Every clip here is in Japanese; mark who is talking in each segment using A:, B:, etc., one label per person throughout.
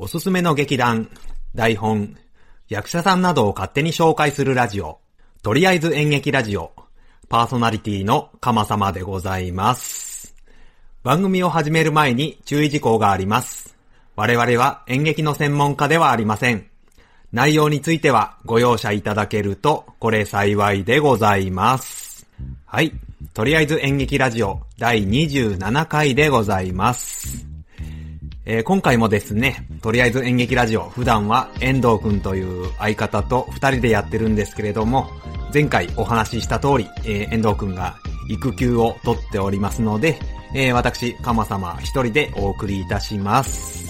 A: おすすめの劇団、台本、役者さんなどを勝手に紹介するラジオ、とりあえず演劇ラジオ、パーソナリティのかまさまでございます。番組を始める前に注意事項があります。我々は演劇の専門家ではありません。内容についてはご容赦いただけるとこれ幸いでございます。はい。とりあえず演劇ラジオ第27回でございます。今回もですね、とりあえず演劇ラジオ、普段は遠藤くんという相方と二人でやってるんですけれども、前回お話しした通り、遠藤くんが育休を取っておりますので、私、かまさま一人でお送りいたします。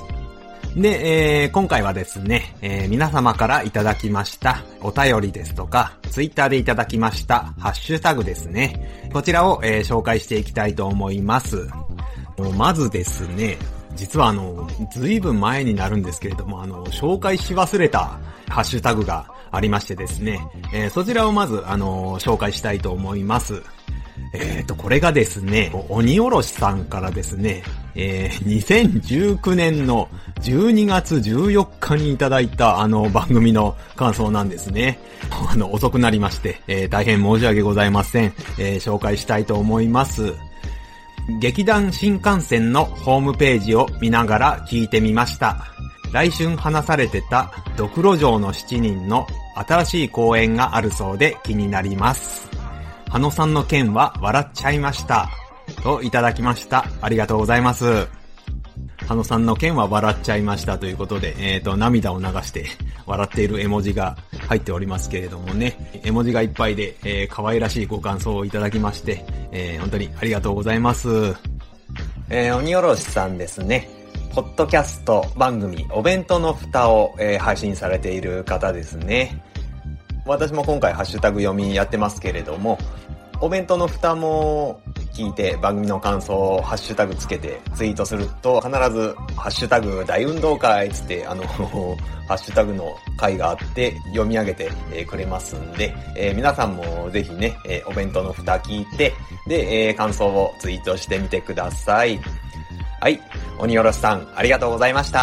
A: で、今回はですね、皆様からいただきましたお便りですとか、ツイッターでいただきましたハッシュタグですね。こちらを、紹介していきたいと思います。まずですね、実はずいぶん前になるんですけれども、紹介し忘れたハッシュタグがありましてですね、そちらをまず、紹介したいと思います。これがですね、鬼おろしさんからですね、2019年の12月14日にいただいた番組の感想なんですね。遅くなりまして、大変申し訳ございません。紹介したいと思います。劇団新幹線のホームページを見ながら聞いてみました。来春話されてたドクロ城の7人の新しい公演があるそうで気になります。羽野さんの件は笑っちゃいました。といただきました。ありがとうございます。羽野さんの件は笑っちゃいましたということで、涙を流して笑っている絵文字が入っておりますけれどもね、絵文字がいっぱいで、可愛らしいご感想をいただきまして、本当にありがとうございます。鬼おろしさんですね、ポッドキャスト番組お弁当の蓋を、配信されている方ですね。私も今回ハッシュタグ読みやってますけれども、お弁当の蓋も聞いて番組の感想をハッシュタグつけてツイートすると、必ずハッシュタグ大運動会つってハッシュタグの回があって読み上げてくれますんで、皆さんもぜひね、お弁当の蓋聞いて、で、感想をツイートしてみてください。はい、鬼おろしさんありがとうございました。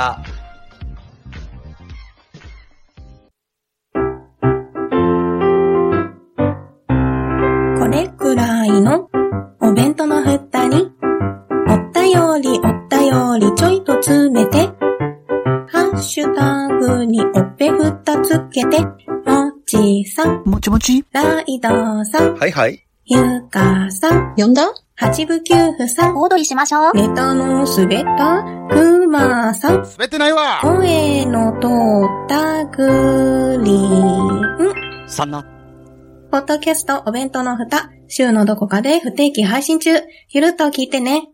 B: これくらいのお弁当の蓋におったよりちょいと詰めて、ハッシュタグにおっぺふたつけて、もちさん、
C: もちもち、
B: ライドさん、
C: はいはい、
B: ゆかさん、
D: 呼んだ？
B: 八部九夫さん、
D: 大鳥しましょう。
B: ネタの滑ったくまさん、
C: 滑ってないわ。
B: 声の通ったグリーン
C: さんな。
B: ポッドキャストお弁当の蓋、週のどこかで不定期配信中。ゆるっと聞いてね。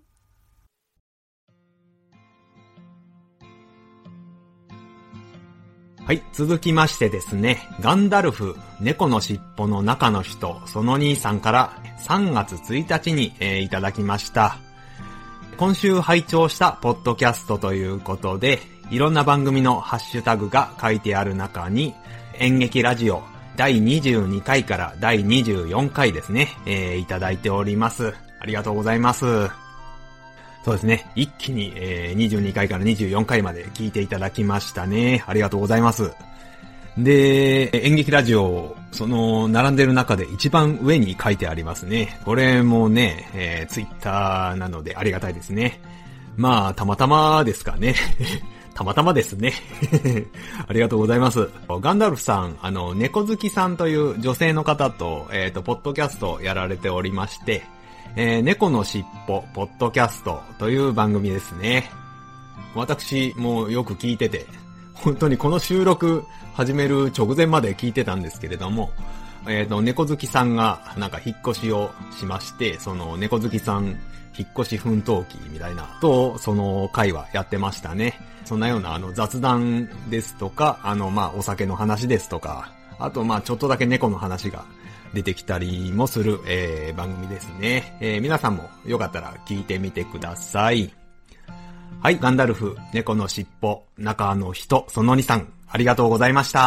A: はい、続きましてですね、ガンダルフ、猫のしっぽの中の人、その兄さんから3月1日に、いただきました。今週拝聴したポッドキャストということで、いろんな番組のハッシュタグが書いてある中に、演劇ラジオ第22回から第24回ですね、いただいております。ありがとうございます。そうですね。一気に、22回から24回まで聞いていただきましたね。ありがとうございます。で、演劇ラジオ、並んでる中で一番上に書いてありますね。これもね、ツイッターなのでありがたいですね。まあ、たまたまですかね。たまたまですね。ありがとうございます。ガンダルフさん、猫好きさんという女性の方と、ポッドキャストをやられておりまして、猫のしっぽポッドキャストという番組ですね。私もよく聞いてて、本当にこの収録始める直前まで聞いてたんですけれども、猫好きさんがなんか引っ越しをしまして、その猫好きさん引っ越し奮闘記みたいなと、その回はやってましたね。そんなような雑談ですとか、お酒の話ですとか、あとちょっとだけ猫の話が出てきたりもする、番組ですね。皆さんもよかったら聞いてみてください。はい、ガンダルフ、猫のしっぽ、中の人、その2さん、ありがとうございました。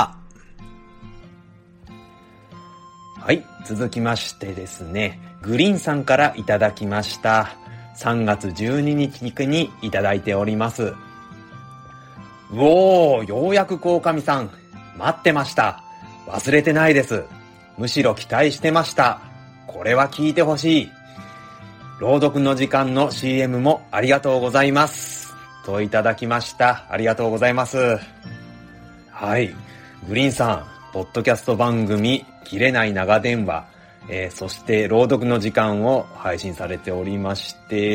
A: はい、続きましてですね、グリーンさんからいただきました。3月12日にいただいております。 おー、ようやく鴻上さん。待ってました。忘れてないです。むしろ期待してました。これは聞いてほしい。朗読の時間の CM もありがとうございます。といただきました。ありがとうございます。はい。グリーンさん、ポッドキャスト番組、切れない長電話、そして朗読の時間を配信されておりまして、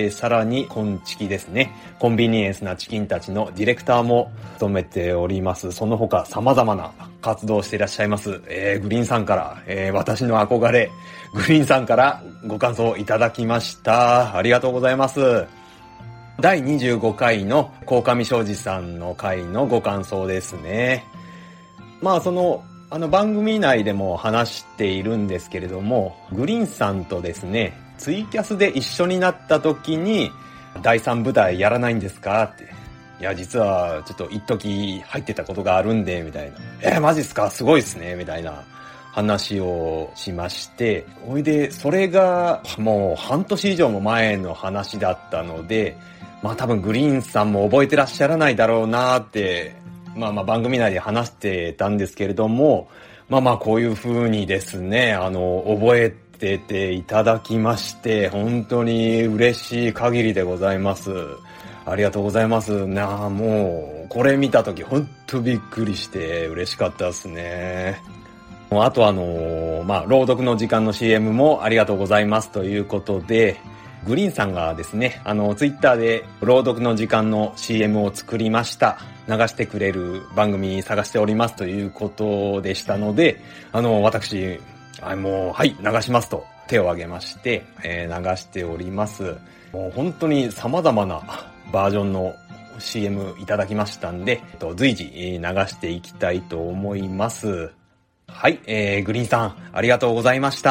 A: さらにコンチキですね。コンビニエンスなチキンたちのディレクターも務めております。その他様々な活動をしていらっしゃいます。グリーンさんから、私の憧れ、グリーンさんからご感想いただきました。ありがとうございます。第25回の鴻上庄司さんの回のご感想ですね。まあ番組内でも話しているんですけれども、グリーンさんとですね、ツイキャスで一緒になった時に、第3部隊やらないんですかって。いや、実はちょっと一時入ってたことがあるんで、みたいな。マジっすか？すごいっすね、みたいな話をしまして、おいで、それがもう半年以上も前の話だったので、まあ多分グリーンさんも覚えてらっしゃらないだろうなって、番組内で話してたんですけれども、こういう風にですね、覚えてていただきまして、本当に嬉しい限りでございます。ありがとうございます。もう、これ見たとき本当びっくりして嬉しかったですね。あと朗読の時間の CM もありがとうございますということで、グリーンさんがですね、ツイッターで朗読の時間の CM を作りました。流してくれる番組探しておりますということでしたので、私、はい、流しますと手を挙げまして、流しております。もう本当に様々なバージョンの CM いただきましたんで、随時流していきたいと思います。はい、グリーンさん、ありがとうございました。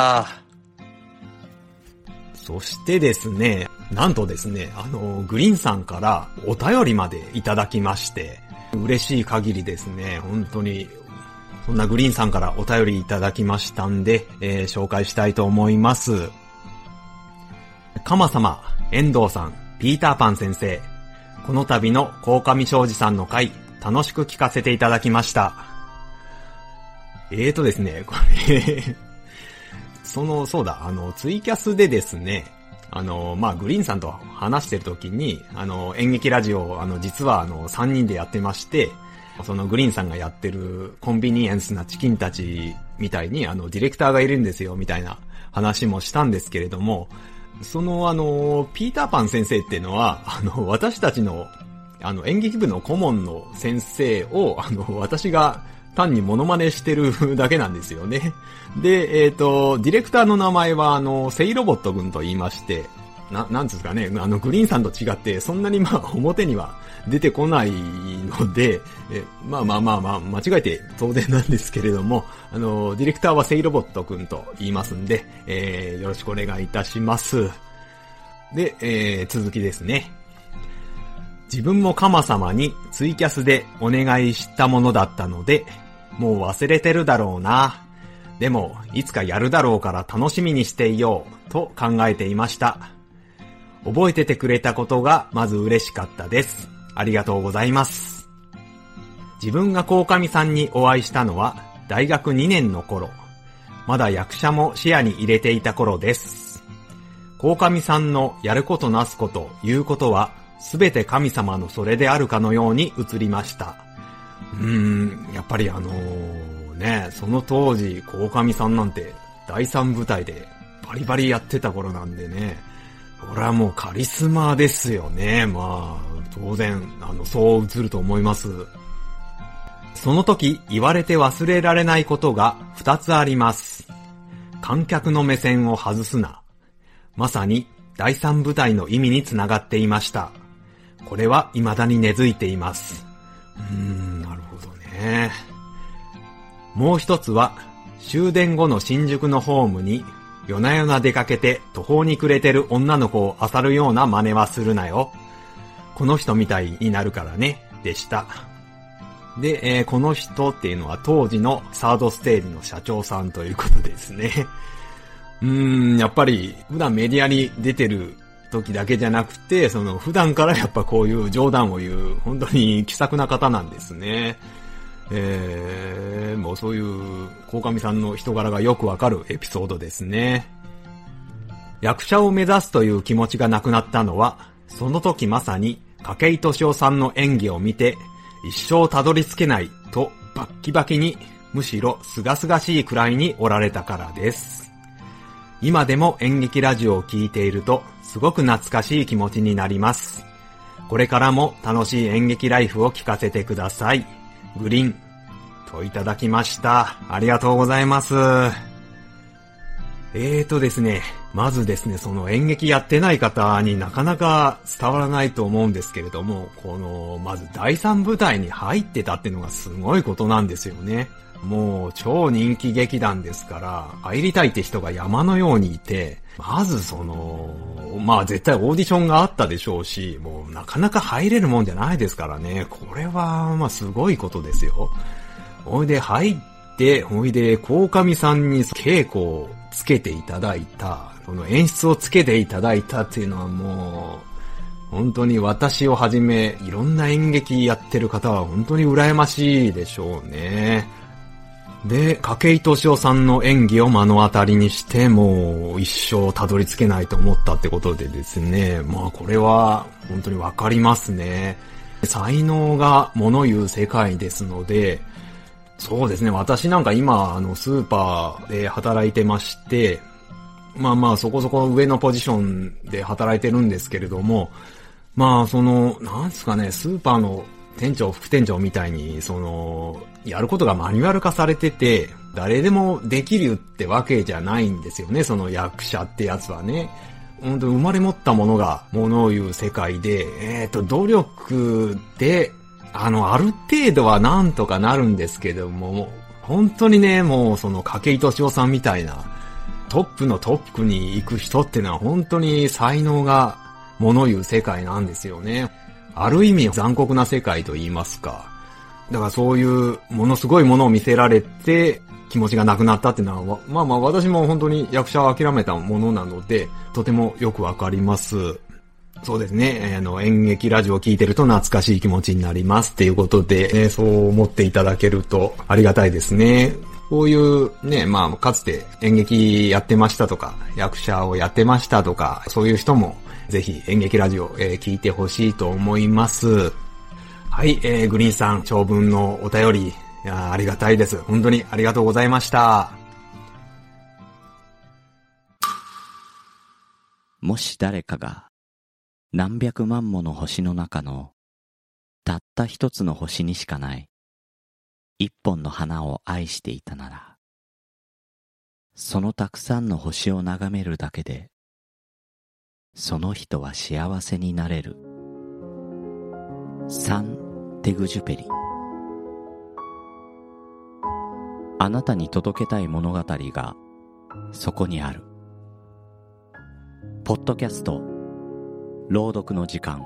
A: そしてですね、なんとですね、グリーンさんからお便りまでいただきまして、嬉しい限りですね、本当に、そんなグリーンさんからお便りいただきましたんで、紹介したいと思います。かま様、遠藤さん、ピーターパン先生、この度の鴻上庄司さんの回、楽しく聞かせていただきました。ですね、これ、そうだ、ツイキャスでですね、グリーンさんと話してるときに、演劇ラジオ、実は3人でやってまして、そのグリーンさんがやってるコンビニエンスなチキンたちみたいに、ディレクターがいるんですよ、みたいな話もしたんですけれども、ピーターパン先生っていうのは、私たちの、演劇部の顧問の先生を、私が、単にモノマネしてるだけなんですよね。で、ディレクターの名前は、セイロボット君と言いまして、なんですかね、グリーンさんと違って、そんなに表には出てこないので、間違えて当然なんですけれども、ディレクターはセイロボット君と言いますんで、よろしくお願いいたします。で、続きですね。自分もカマ様にツイキャスでお願いしたものだったので、もう忘れてるだろうな。でも、いつかやるだろうから楽しみにしていよう、と考えていました。覚えててくれたことがまず嬉しかったです。ありがとうございます。自分が鴻上さんにお会いしたのは、大学2年の頃。まだ役者も視野に入れていた頃です。鴻上さんのやることなすこと、言うことは、すべて神様のそれであるかのように映りました。やっぱりその当時、鴻上さんなんて第3部隊でバリバリやってた頃なんでね、これはもうカリスマですよね。当然、そう映ると思います。その時言われて忘れられないことが2つあります。観客の目線を外すな。まさに第3部隊の意味につながっていました。これは未だに根付いています。なるほどね。もう一つは、終電後の新宿のホームに、夜な夜な出かけて途方に暮れてる女の子を漁るような真似はするなよ。この人みたいになるからね、でした。で、この人っていうのは当時のサードステージの社長さんということですね。やっぱり普段メディアに出てる時だけじゃなくて、普段からやっぱこういう冗談を言う、本当に気さくな方なんですね。もうそういう鴻上さんの人柄がよくわかるエピソードですね。役者を目指すという気持ちがなくなったのは、その時まさに筧利夫さんの演技を見て、一生たどり着けないとバッキバキに、むしろ清々しいくらいにおられたからです。今でも演劇ラジオを聞いていると、すごく懐かしい気持ちになります。これからも楽しい演劇ライフを聞かせてください。グリーンといただきました。ありがとうございます。ですね、まずですね、演劇やってない方になかなか伝わらないと思うんですけれども、まず第三舞台に入ってたっていうのがすごいことなんですよね。もう超人気劇団ですから、入りたいって人が山のようにいて、まず絶対オーディションがあったでしょうし、もうなかなか入れるもんじゃないですからね。これは、すごいことですよ。ほいで入って、ほいで、鴻上さんに稽古をつけていただいた、演出をつけていただいたっていうのはもう、本当に私をはじめ、いろんな演劇やってる方は本当に羨ましいでしょうね。で、筧利夫さんの演技を目の当たりにして、もう一生たどり着けないと思ったってことでですね、これは本当にわかりますね。才能が物言う世界ですので、そうですね、私なんか今、スーパーで働いてまして、そこそこ上のポジションで働いてるんですけれども、なんですかね、スーパーの店長、副店長みたいに、やることがマニュアル化されてて、誰でもできるってわけじゃないんですよね、役者ってやつはね。本当に生まれ持ったものが物を言う世界で、努力で、ある程度はなんとかなるんですけども、本当にね、もう筧利夫さんみたいな、トップのトップに行く人ってのは本当に才能が物言う世界なんですよね。ある意味残酷な世界と言いますか。だからそういうものすごいものを見せられて気持ちがなくなったっていうのは、私も本当に役者を諦めたものなので、とてもよくわかります。そうですね、演劇ラジオを聞いてると懐かしい気持ちになりますっていうことで、そう思っていただけるとありがたいですね。こういうね、かつて演劇やってましたとか、役者をやってましたとか、そういう人もぜひ演劇ラジオ、聞いてほしいと思います。はい、グリーンさん、長文のお便り、ありがたいです。本当にありがとうございました。
C: もし誰かが何百万もの星の中のたった一つの星にしかない一本の花を愛していたなら、そのたくさんの星を眺めるだけでその人は幸せになれる。サン・テグジュペリ。あなたに届けたい物語がそこにある。ポッドキャスト朗読の時間。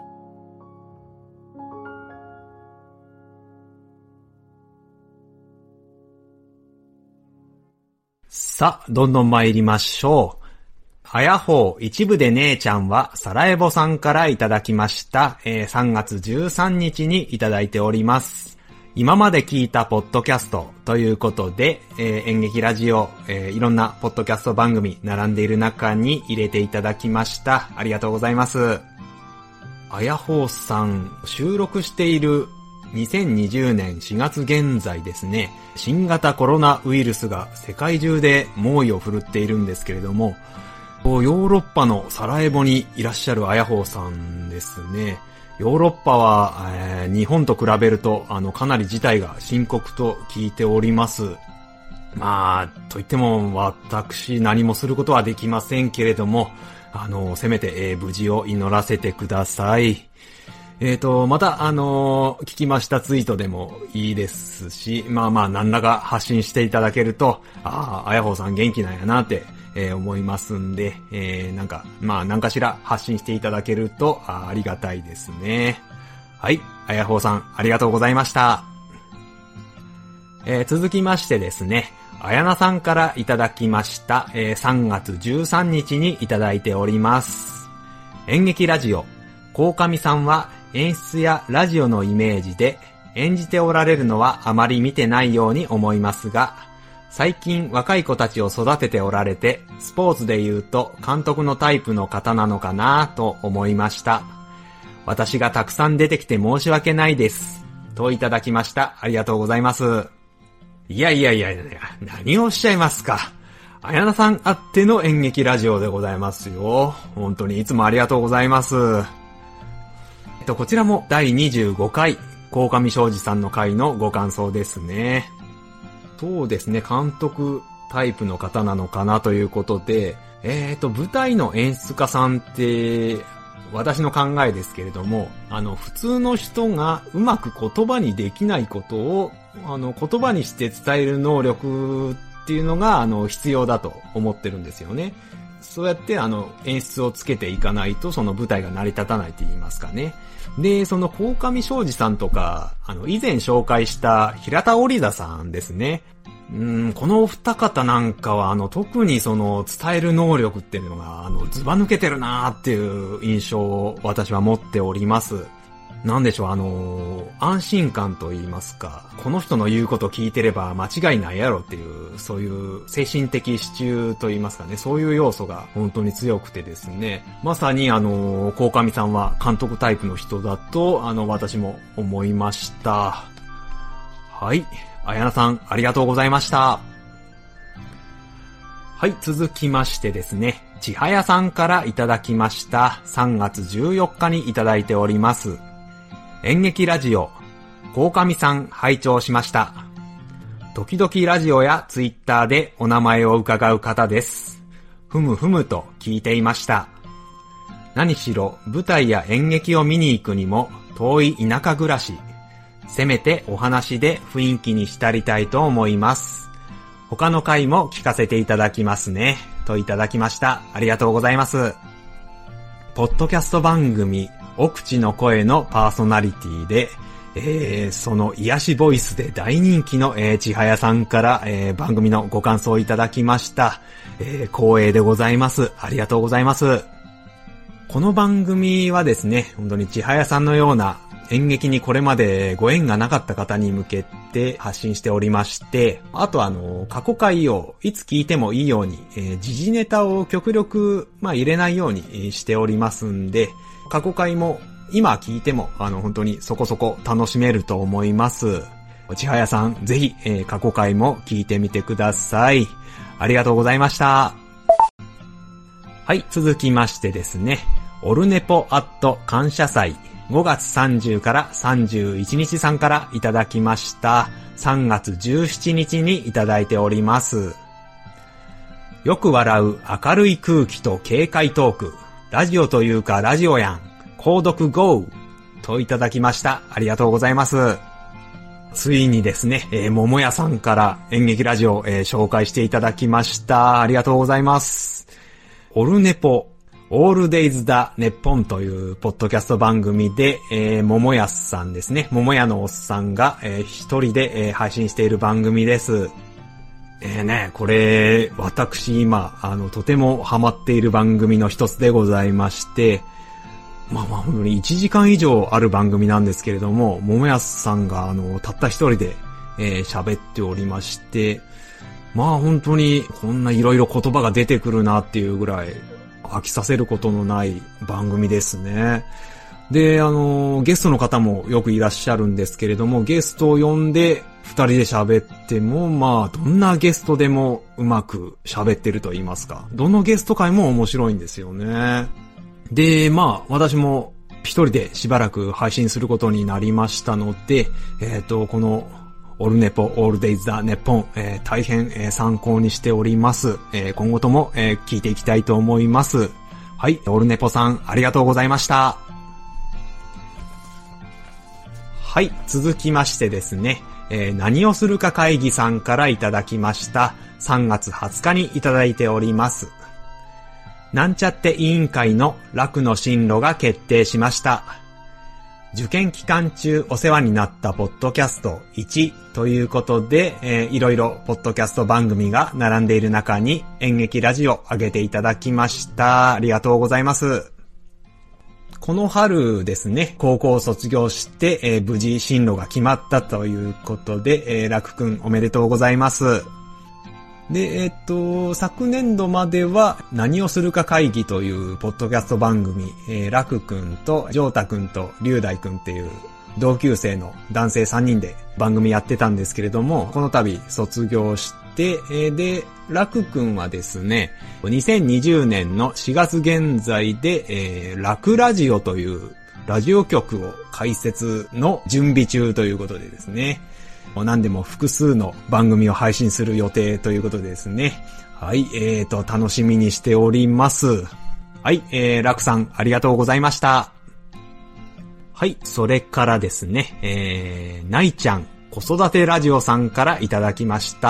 A: さあ、どんどん参りましょう。あやほう一部で姉ちゃんはサラエボさんからいただきました。3月13日にいただいております。今まで聞いたポッドキャストということで、演劇ラジオ、いろんなポッドキャスト番組並んでいる中に入れていただきました。ありがとうございます。あやほうさん、収録している2020年4月現在ですね、新型コロナウイルスが世界中で猛威を振るっているんですけれども、ヨーロッパのサラエボにいらっしゃるあやほうさんですね。ヨーロッパは、日本と比べるとかなり事態が深刻と聞いております。といっても私何もすることはできませんけれども、せめて、無事を祈らせてください。また聞きましたツイートでもいいですし、何らか発信していただけると、あやほうさん元気なんやなって思いますんで、何かしら発信していただけるとありがたいですね。はい、あやほうさんありがとうございました。続きましてですね、あやなさんからいただきました、3月13日にいただいております。 演劇ラジオ、鴻上さんは演出やラジオのイメージで演じておられるのはあまり見てないように思いますが、最近若い子たちを育てておられて、スポーツで言うと監督のタイプの方なのかなと思いました。私がたくさん出てきて申し訳ないです。といただきました。ありがとうございます。いや、何をおっしゃいますか。綾菜さんあっての演劇ラジオでございますよ。本当にいつもありがとうございます。こちらも第25回、鴻上尚史さんの回のご感想ですね。そうですね、監督タイプの方なのかなということで、舞台の演出家さんって、私の考えですけれども、普通の人がうまく言葉にできないことを、言葉にして伝える能力っていうのが、必要だと思ってるんですよね。そうやって、演出をつけていかないと、その舞台が成り立たないと言いますかね。で、その鴻上尚史さんとか、以前紹介した平田織田さんですね。このお二方なんかは、特にその伝える能力っていうのが、ずば抜けてるなーっていう印象を私は持っております。なんでしょう、安心感と言いますか、この人の言うこと聞いてれば間違いないやろっていう、そういう精神的支柱と言いますかね、そういう要素が本当に強くてですね、まさに鴻上さんは監督タイプの人だと、私も思いました。はい。綾菜さん、ありがとうございました。はい、続きましてですね、ちはやさんからいただきました。3月14日にいただいております。演劇ラジオ、鴻上さん拝聴しました。時々ラジオやツイッターでお名前を伺う方です。ふむふむと聞いていました。何しろ舞台や演劇を見に行くにも遠い田舎暮らし、せめてお話で雰囲気に浸りたいと思います。他の回も聞かせていただきますね。といただきました。ありがとうございます。ポッドキャスト番組、奥地の声のパーソナリティで、その癒しボイスで大人気の、ちはやさんから、番組のご感想をいただきました。光栄でございます。ありがとうございます。この番組はですね、本当にちはやさんのような演劇にこれまでご縁がなかった方に向けて発信しておりまして、あと過去回をいつ聞いてもいいように、時事ネタを極力、入れないようにしておりますんで、過去回も今聞いても本当にそこそこ楽しめると思います。ちはやさん、ぜひ、過去回も聞いてみてください。ありがとうございました。はい、続きましてですね、オルネポアット感謝祭5月30から31日さんからいただきました。3月17日にいただいております。よく笑う明るい空気と軽快トーク。ラジオというかラジオやん。購読 GO! といただきました。ありがとうございます。ついにですね、桃屋さんから演劇ラジオを、紹介していただきました。ありがとうございます。オルネポ。オールデイズだネッポンというポッドキャスト番組で、桃屋さんですね。桃屋のおっさんが、一人で、配信している番組です。これ、私今、とてもハマっている番組の一つでございまして、本当に1時間以上ある番組なんですけれども、桃屋さんが、たった一人で、喋っておりまして、本当に、こんないろいろ言葉が出てくるなっていうぐらい、飽きさせることのない番組ですね。で、ゲストの方もよくいらっしゃるんですけれども、ゲストを呼んで二人で喋っても、どんなゲストでもうまく喋ってると言いますか。どのゲスト会も面白いんですよね。で、私も一人でしばらく配信することになりましたので、このオルネポ、オールデイズ・ザ・ネッポン、大変、参考にしております。今後とも、聞いていきたいと思います。はい、オルネポさん、ありがとうございました。はい、続きましてですね、何をするか会議さんからいただきました。3月20日にいただいております。なんちゃって委員会の楽の進路が決定しました。受験期間中お世話になったポッドキャスト1ということで、いろいろポッドキャスト番組が並んでいる中に演劇ラジオ上げていただきました。ありがとうございます。 この春ですね、高校を卒業して、無事進路が決まったということで、楽くんおめでとうございます。で、昨年度までは何をするか会議というポッドキャスト番組、楽くんとジョータくんと龍大くんっていう同級生の男性3人で番組やってたんですけれども、この度卒業して、で、楽くんはですね、2020年の4月現在で、楽ラジオというラジオ局を開設の準備中ということでですね、何でも複数の番組を配信する予定ということでですね、はい、楽しみにしております。はい、楽さんありがとうございました。はい、それからですね、ないちゃん子育てラジオさんからいただきました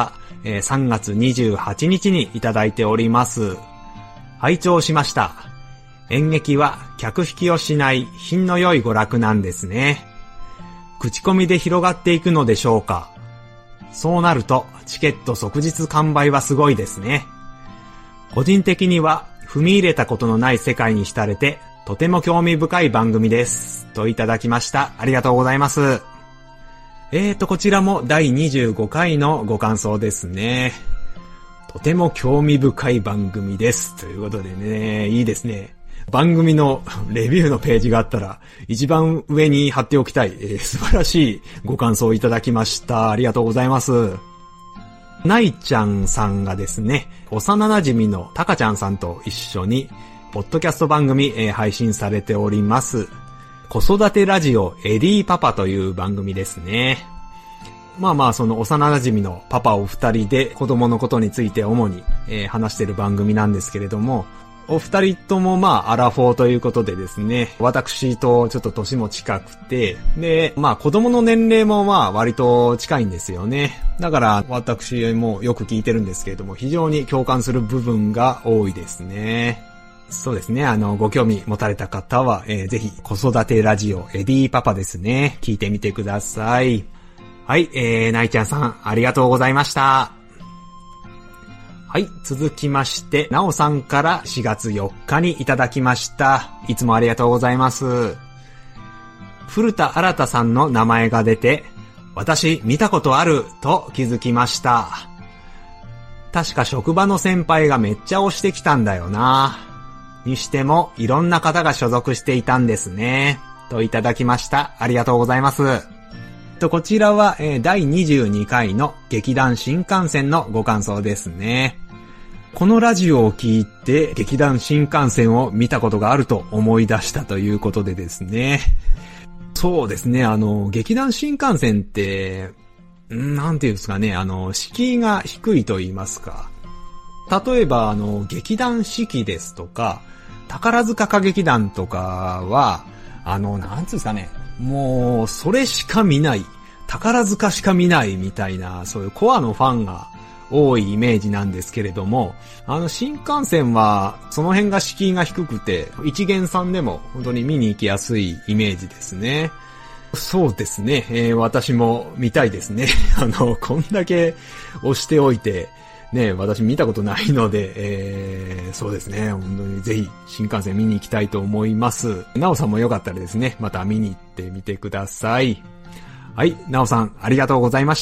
A: 。3月28日にいただいております。拝聴しました。演劇は客引きをしない品の良い娯楽なんですね。口コミで広がっていくのでしょうか。そうなるとチケット即日完売はすごいですね。個人的には踏み入れたことのない世界に浸れてとても興味深い番組です。といただきました。ありがとうございます。こちらも第25回のご感想ですね。とても興味深い番組です。ということでね、いいですね。番組のレビューのページがあったら一番上に貼っておきたい、素晴らしいご感想をいただきました。ありがとうございます。ないちゃんさんがですね、幼馴染のたかちゃんさんと一緒にポッドキャスト番組、配信されております。子育てラジオエディパパという番組ですね。その幼馴染のパパお二人で子供のことについて主に、話している番組なんですけれども、お二人ともアラフォーということでですね、私とちょっと年も近くて、で、子供の年齢も割と近いんですよね。だから私もよく聞いてるんですけれども、非常に共感する部分が多いですね。そうですね、ご興味持たれた方は、ぜひ子育てラジオエディパパですね、聞いてみてください。はい、ないちゃんさんありがとうございました。はい、続きまして、なおさんから4月4日にいただきました。いつもありがとうございます。古田新太さんの名前が出て、私見たことあると気づきました。確か職場の先輩がめっちゃ押してきたんだよな。にしてもいろんな方が所属していたんですね。といただきました。ありがとうございます。こちらは、第22回の劇団新幹線のご感想ですね。このラジオを聞いて劇団新幹線を見たことがあると思い出したということでですね。そうですね、劇団新幹線って、なんていうんですかね、敷居が低いと言いますか。例えば、劇団四季ですとか、宝塚歌劇団とかは、なんていうんですかね、もう、それしか見ない、宝塚しか見ないみたいな、そういうコアのファンが多いイメージなんですけれども、新幹線は、その辺が敷居が低くて、一元さんでも本当に見に行きやすいイメージですね。そうですね、私も見たいですね。こんだけ押しておいて、ね、私見たことないので、そうですね、本当にぜひ新幹線見に行きたいと思います。なおさんもよかったらですね、また見に行ってみてください。はい、なおさんありがとうございました。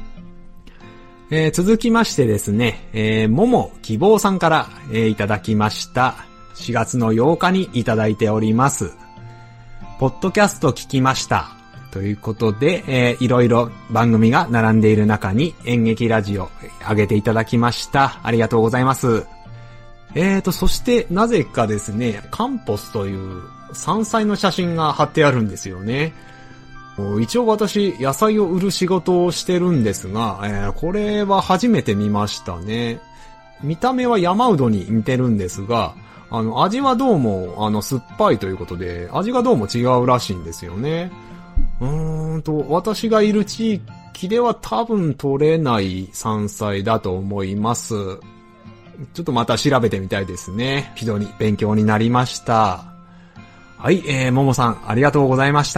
A: 続きましてですね、もも希望さんから、いただきました。4月の8日にいただいております。ポッドキャスト聞きました。ということで、いろいろ番組が並んでいる中に演劇ラジオ上げていただきました。ありがとうございます。そしてなぜかですね、カンポスという山菜の写真が貼ってあるんですよね。一応私野菜を売る仕事をしてるんですが、これは初めて見ましたね。見た目は山うどに似てるんですが、味はどうも酸っぱいということで、味がどうも違うらしいんですよね。私がいる地域では多分取れない山菜だと思います。ちょっとまた調べてみたいですね。非常に勉強になりました。はい、ももさんありがとうございました。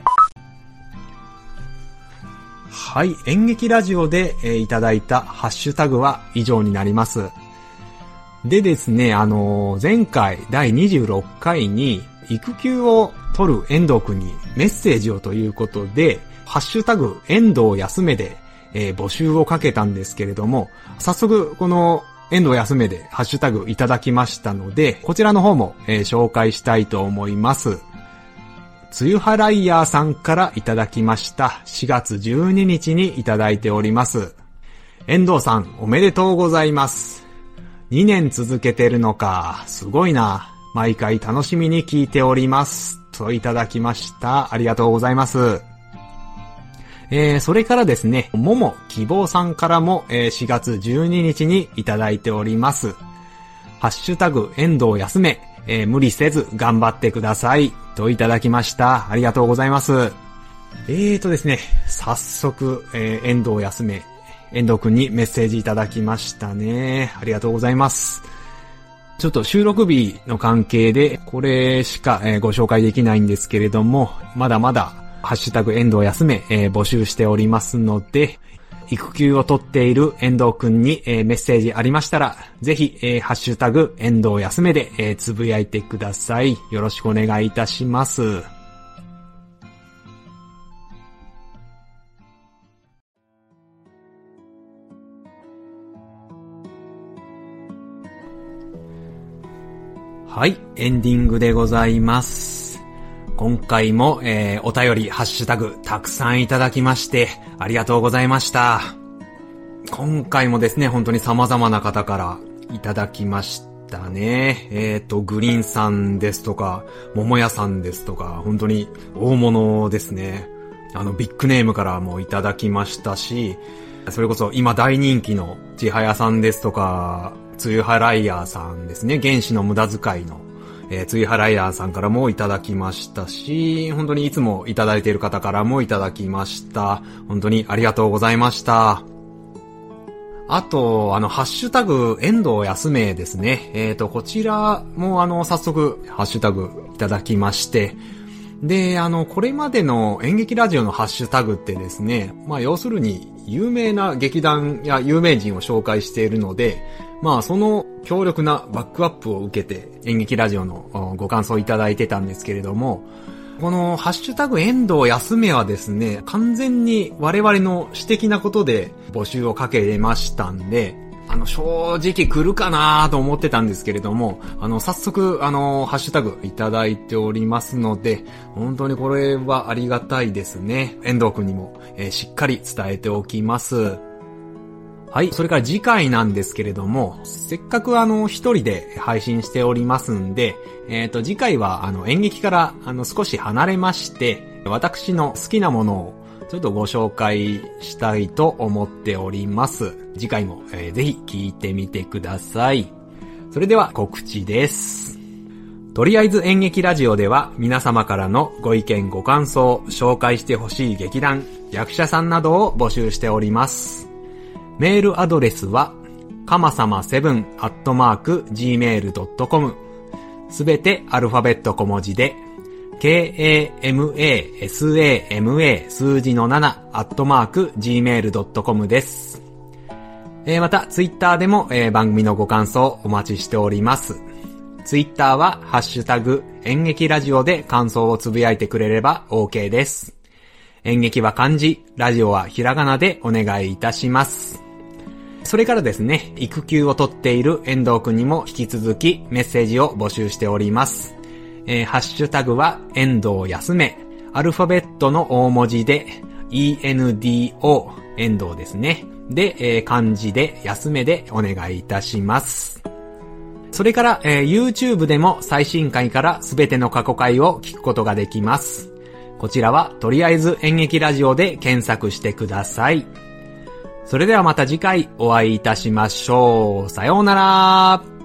A: はい、演劇ラジオで、いただいたハッシュタグは以上になります。でですね、前回第26回に育休を取る遠藤くんにメッセージをということで、ハッシュタグ遠藤休めで、募集をかけたんですけれども、早速この遠藤休めでハッシュタグいただきましたので、こちらの方も、紹介したいと思います。つゆはライヤーさんからいただきました。4月12日にいただいております。遠藤さんおめでとうございます。2年続けてるのか、すごいな。毎回楽しみに聞いております。といただきました。ありがとうございます。それからですね、もも希望さんからも、4月12日にいただいております。ハッシュタグ遠藤休め、無理せず頑張ってください。といただきました。ありがとうございます。ですね、早速、遠藤休め、遠藤くんにメッセージいただきましたね。ありがとうございます。ちょっと収録日の関係で、これしか、ご紹介できないんですけれども、まだまだ、ハッシュタグ遠藤休め、募集しておりますので、育休を取っている遠藤くんに、メッセージありましたら、ぜひ、ハッシュタグ遠藤休めで、つぶやいてください。よろしくお願いいたします。はい、エンディングでございます。今回も、お便り、ハッシュタグ、たくさんいただきまして、ありがとうございました。今回もですね、本当に様々な方からいただきましたね。グリーンさんですとか、桃屋さんですとか、本当に大物ですね。ビッグネームからもいただきましたし、それこそ今大人気のちはやさんですとか、つゆはライヤーさんですね。原始の無駄遣いのつゆはライヤーさんからもいただきましたし、本当にいつもいただいている方からもいただきました。本当にありがとうございました。あと、ハッシュタグ、遠藤休めですね。こちらも早速、ハッシュタグいただきまして、で、これまでの演劇ラジオのハッシュタグってですね、要するに、有名な劇団や有名人を紹介しているので、その強力なバックアップを受けて演劇ラジオのご感想いただいてたんですけれども、このハッシュタグ遠藤休めはですね、完全に我々の私的なことで募集をかけましたんで、正直来るかなと思ってたんですけれども、早速、ハッシュタグいただいておりますので、本当にこれはありがたいですね。遠藤くんにも、しっかり伝えておきます。はい、それから次回なんですけれども、せっかく一人で配信しておりますんで、次回は演劇から少し離れまして、私の好きなものをちょっとご紹介したいと思っております。次回も、ぜひ聞いてみてください。それでは告知です。とりあえず演劇ラジオでは皆様からのご意見ご感想、紹介してほしい劇団、役者さんなどを募集しております。メールアドレスは、かまさま7@gmail.com すべてアルファベット小文字で、KAMASAMA 数字の7@gmail.com です。また、ツイッターでも、番組のご感想お待ちしております。ツイッターは、ハッシュタグ、演劇ラジオで感想をつぶやいてくれれば OK です。演劇は漢字、ラジオはひらがなでお願いいたします。それからですね、育休を取っている遠藤くんにも引き続きメッセージを募集しております。ハッシュタグは遠藤休め、アルファベットの大文字で ENDO、遠藤ですね。で、漢字で休めでお願いいたします。それから、YouTube でも最新回からすべての過去回を聞くことができます。こちらはとりあえず演劇ラジオで検索してください。それではまた次回お会いいたしましょう。さようなら。